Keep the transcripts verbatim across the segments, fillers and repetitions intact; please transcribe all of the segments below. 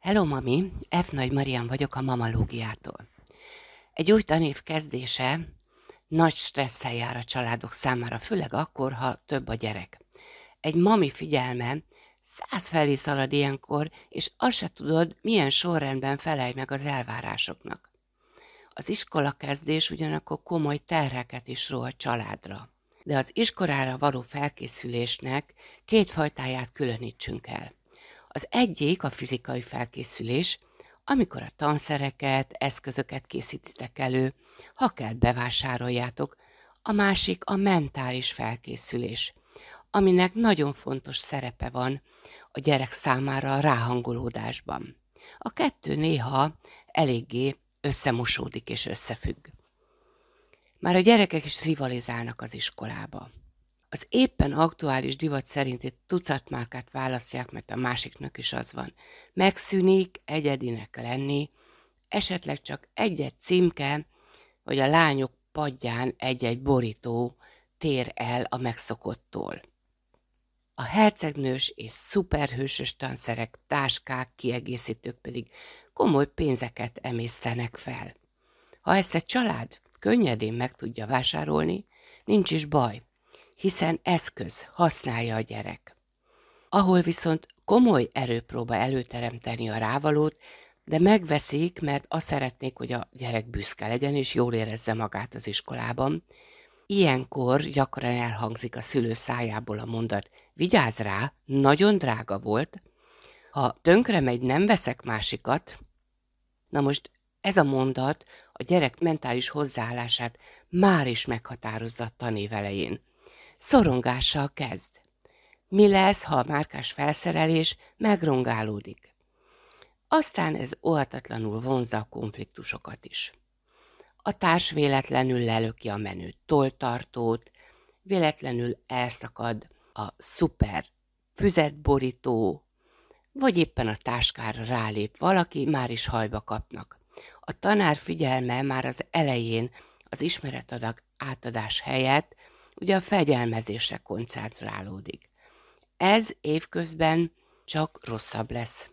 Hello, mami! F. Nagy Marian vagyok a Mamalógiától. Egy új tanév kezdése nagy stresszel jár a családok számára, főleg akkor, ha több a gyerek. Egy mami figyelme száz felé szalad ilyenkor, és azt se tudod, milyen sorrendben felelj meg az elvárásoknak. Az iskola kezdés ugyanakkor komoly terheket is ró a családra. De az iskolára való felkészülésnek két fajtáját különítsünk el. Az egyik a fizikai felkészülés, amikor a tanszereket, eszközöket készítitek elő, ha kell bevásároljátok, a másik a mentális felkészülés, aminek nagyon fontos szerepe van a gyerek számára a ráhangolódásban. A kettő néha eléggé összemosódik és összefügg. Már a gyerekek is rivalizálnak az iskolába. Az éppen aktuális divat szerint egy tucat márkát választják, mert a másiknak is az van. Megszűnik egyedinek lenni, esetleg csak egy-egy címke, vagy a lányok padján egy-egy borító tér el a megszokottól. A hercegnős és szuperhősös tanszerek, táskák, kiegészítők pedig komoly pénzeket emésztenek fel. Ha ezt egy család könnyedén meg tudja vásárolni, nincs is baj, hiszen eszköz, használja a gyerek. Ahol viszont komoly erőpróba előteremteni a rávalót, de megveszik, mert azt szeretnék, hogy a gyerek büszke legyen és jól érezze magát az iskolában. Ilyenkor gyakran elhangzik a szülő szájából a mondat: vigyázz rá, nagyon drága volt. Ha tönkre megy, nem veszek másikat. Na most ez a mondat a gyerek mentális hozzáállását már is meghatározza a tanév elején. Szorongással kezd. Mi lesz, ha a márkás felszerelés megrongálódik? Aztán ez óhatatlanul vonzza a konfliktusokat is. A társ véletlenül lelöki a menő tolltartót, véletlenül elszakad a szuper füzetborító, vagy éppen a táskára rálép valaki, már is hajba kapnak. A tanár figyelme már az elején az ismeretadag átadás helyett ugye a fegyelmezésre koncentrálódik. Ez évközben csak rosszabb lesz.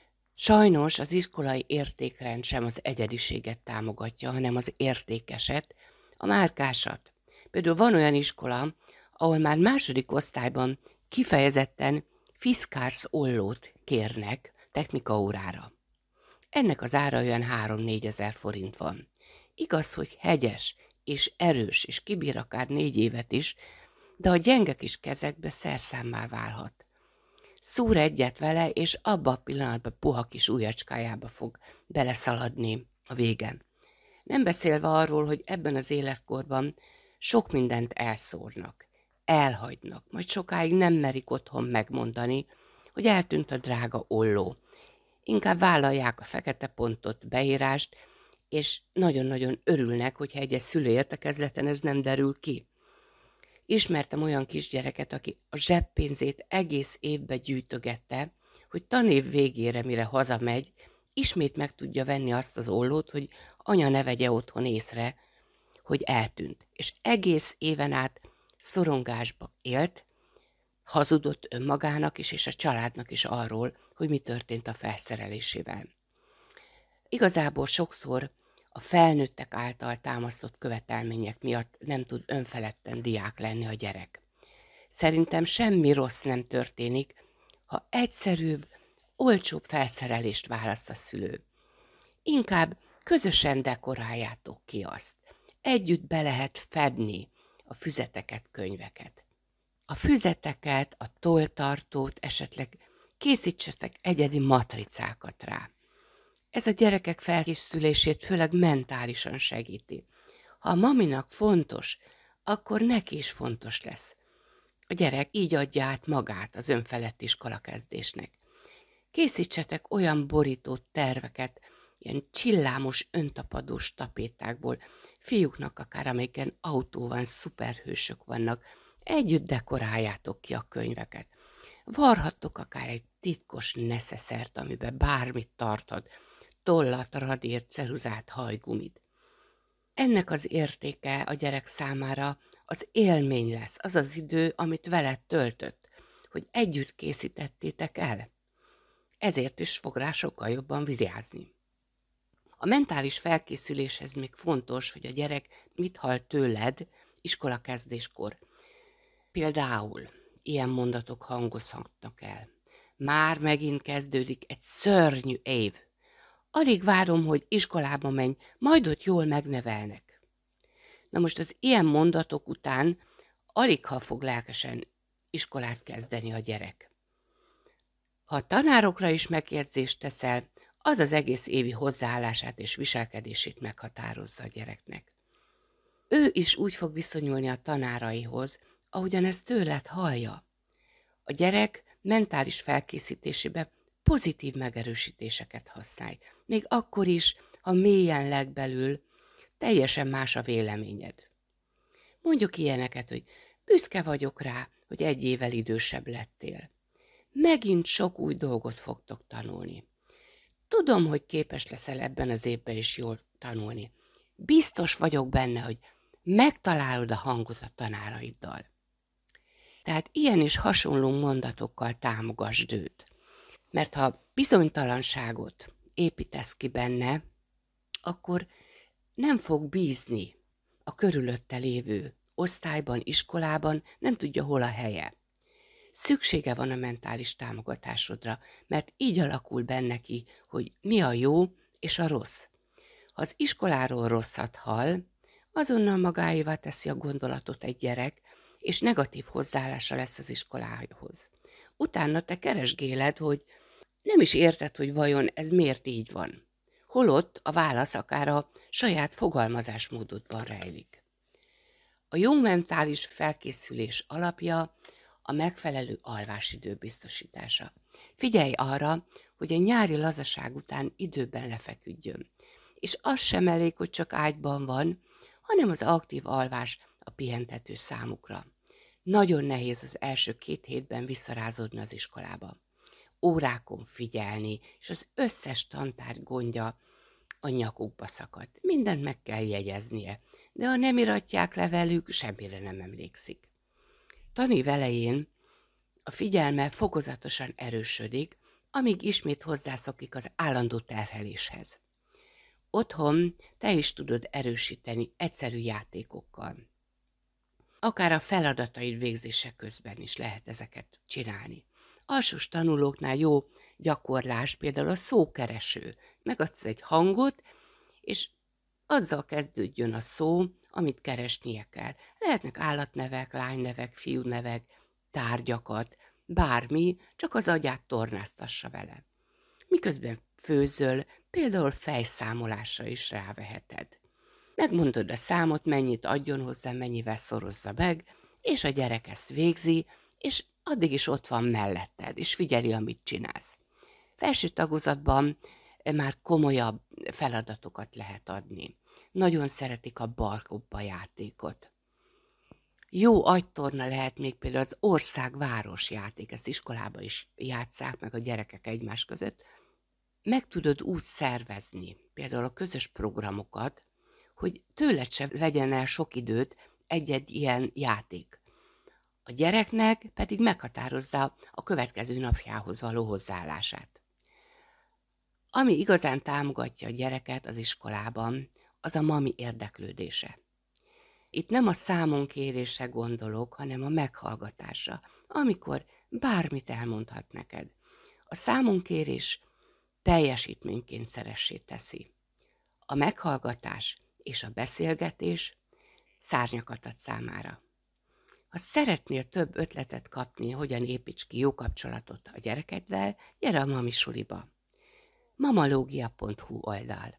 Sajnos az iskolai értékrend sem az egyediséget támogatja, hanem az értékeset, a márkásat. Például van olyan iskola, ahol már második osztályban kifejezetten Fiskars ollót kérnek technikaórára. Ennek az ára olyan három-négyezer forint van. Igaz, hogy hegyes és erős, és kibír akár négy évet is, de a gyenge kis kezekbe szerszámmá válhat. Szúr egyet vele, és abba a pillanatban puha kis ujjacskájába fog beleszaladni a végen. Nem beszélve arról, hogy ebben az életkorban sok mindent elszórnak, elhagynak, majd sokáig nem merik otthon megmondani, hogy eltűnt a drága olló. Inkább vállalják a fekete pontot, beírást, és nagyon-nagyon örülnek, hogyha egyes szülőértekezleten ez nem derül ki. Ismertem olyan kisgyereket, aki a zseppénzét egész évbe gyűjtögette, hogy tanév végére, mire hazamegy, ismét meg tudja venni azt az ollót, hogy anya ne vegye otthon észre, hogy eltűnt. És egész éven át szorongásba élt, hazudott önmagának is, és a családnak is arról, hogy mi történt a felszerelésével. Igazából sokszor a felnőttek által támasztott követelmények miatt nem tud önfeledten diák lenni a gyerek. Szerintem semmi rossz nem történik, ha egyszerűbb, olcsóbb felszerelést választ a szülő. Inkább közösen dekoráljátok ki azt. Együtt be lehet fedni a füzeteket, könyveket. A füzeteket, a tolltartót esetleg készítsetek egyedi matricákat rá. Ez a gyerekek felkészülését főleg mentálisan segíti. Ha a maminak fontos, akkor neki is fontos lesz. A gyerek így adja át magát az önfelett iskolakezdésnek. Készítsetek olyan borító terveket, ilyen csillámos, öntapadós tapétákból, fiúknak akár, amelyiken autó van, szuperhősök vannak, együtt dekoráljátok ki a könyveket. Varhattok akár egy titkos neszeszert, amiben bármit tarthat, tollat, radírt, ceruzát, hajgumit. Ennek az értéke a gyerek számára az élmény lesz, az az idő, amit veled töltött, hogy együtt készítettétek el. ezért is fog rá sokkal jobban vigyázni. A mentális felkészüléshez még fontos, hogy a gyerek mit hall tőled iskolakezdéskor. Például ilyen mondatok hangozhatnak el. Már megint kezdődik egy szörnyű év. Alig várom, hogy iskolába menj, majd ott jól megnevelnek. Na most az ilyen mondatok után aligha fog lelkesen iskolát kezdeni a gyerek. Ha a tanárokra is megjegyzést teszel, az az egész évi hozzáállását és viselkedését meghatározza a gyereknek. Ő is úgy fog viszonyulni a tanáraihoz, ahogyan ezt tőled hallja. A gyerek mentális felkészítésébe pozitív megerősítéseket használj, még akkor is, ha mélyen legbelül teljesen más a véleményed. Mondjuk ilyeneket, hogy büszke vagyok rá, hogy egy évvel idősebb lettél. Megint sok új dolgot fogtok tanulni. Tudom, hogy képes leszel ebben az évben is jól tanulni. Biztos vagyok benne, hogy megtalálod a hangot a tanáraiddal. Tehát ilyen és hasonló mondatokkal támogasd őt. Mert ha bizonytalanságot építesz ki benne, akkor nem fog bízni a körülötte lévő osztályban, iskolában, nem tudja, hol a helye. Szüksége van a mentális támogatásodra, mert így alakul benne ki, hogy mi a jó és a rossz. Ha az iskoláról rosszat hall, azonnal magáévá teszi a gondolatot egy gyerek, és negatív hozzáállása lesz az iskolához. Utána te keresgéled, hogy nem is érted, hogy vajon ez miért így van. Holott a válasz akár a saját fogalmazásmódodban rejlik. A jó mentális felkészülés alapja a megfelelő alvásidő biztosítása. Figyelj arra, hogy a nyári lazaság után időben lefeküdjön. És az sem elég, hogy csak ágyban van, hanem az aktív alvás a pihentető számukra. Nagyon nehéz az első két hétben visszarázódni az iskolába. Órákon figyelni, és az összes tantárgy gondja a nyakukba szakad. Mindent meg kell jegyeznie, de ha nem iratják le velük, semmire nem emlékszik. Tanév elején a figyelme fokozatosan erősödik, amíg ismét hozzászokik az állandó terheléshez. Otthon te is tudod erősíteni egyszerű játékokkal. Akár a feladataid végzése közben is lehet ezeket csinálni. Alsós tanulóknál jó gyakorlás például a szókereső. Megadsz egy hangot, és azzal kezdődjön a szó, amit keresnie kell. Lehetnek állatnevek, lánynevek, fiúnevek, tárgyakat, bármi, csak az agyát tornáztassa vele. Miközben főzöl, például fejszámolásra is ráveheted. Megmondod a számot, mennyit adjon hozzá, mennyivel szorozza meg, és a gyerek ezt végzi, és addig is ott van melletted, és figyeli, amit csinálsz. Felső tagozatban már komolyabb feladatokat lehet adni. Nagyon szeretik a barkobba játékot. Jó agytorna lehet még például az ország-város játék, ezt iskolában is játsszák meg a gyerekek egymás között. Meg tudod úgy szervezni, például a közös programokat, hogy tőled se vegyen el sok időt egy-egy ilyen játék. A gyereknek pedig meghatározza a következő napjához való hozzáállását. Ami igazán támogatja a gyereket az iskolában, az a mami érdeklődése. Itt nem a számonkérésre gondolok, hanem a meghallgatásra, amikor bármit elmondhat neked. A számonkérés teljesítménykényszeressé teszi. A meghallgatás és a beszélgetés szárnyakat ad számára. Ha szeretnél több ötletet kapni, hogyan építs ki jó kapcsolatot a gyerekeddel, gyere a mami suliba. mamalógia pont hu oldal.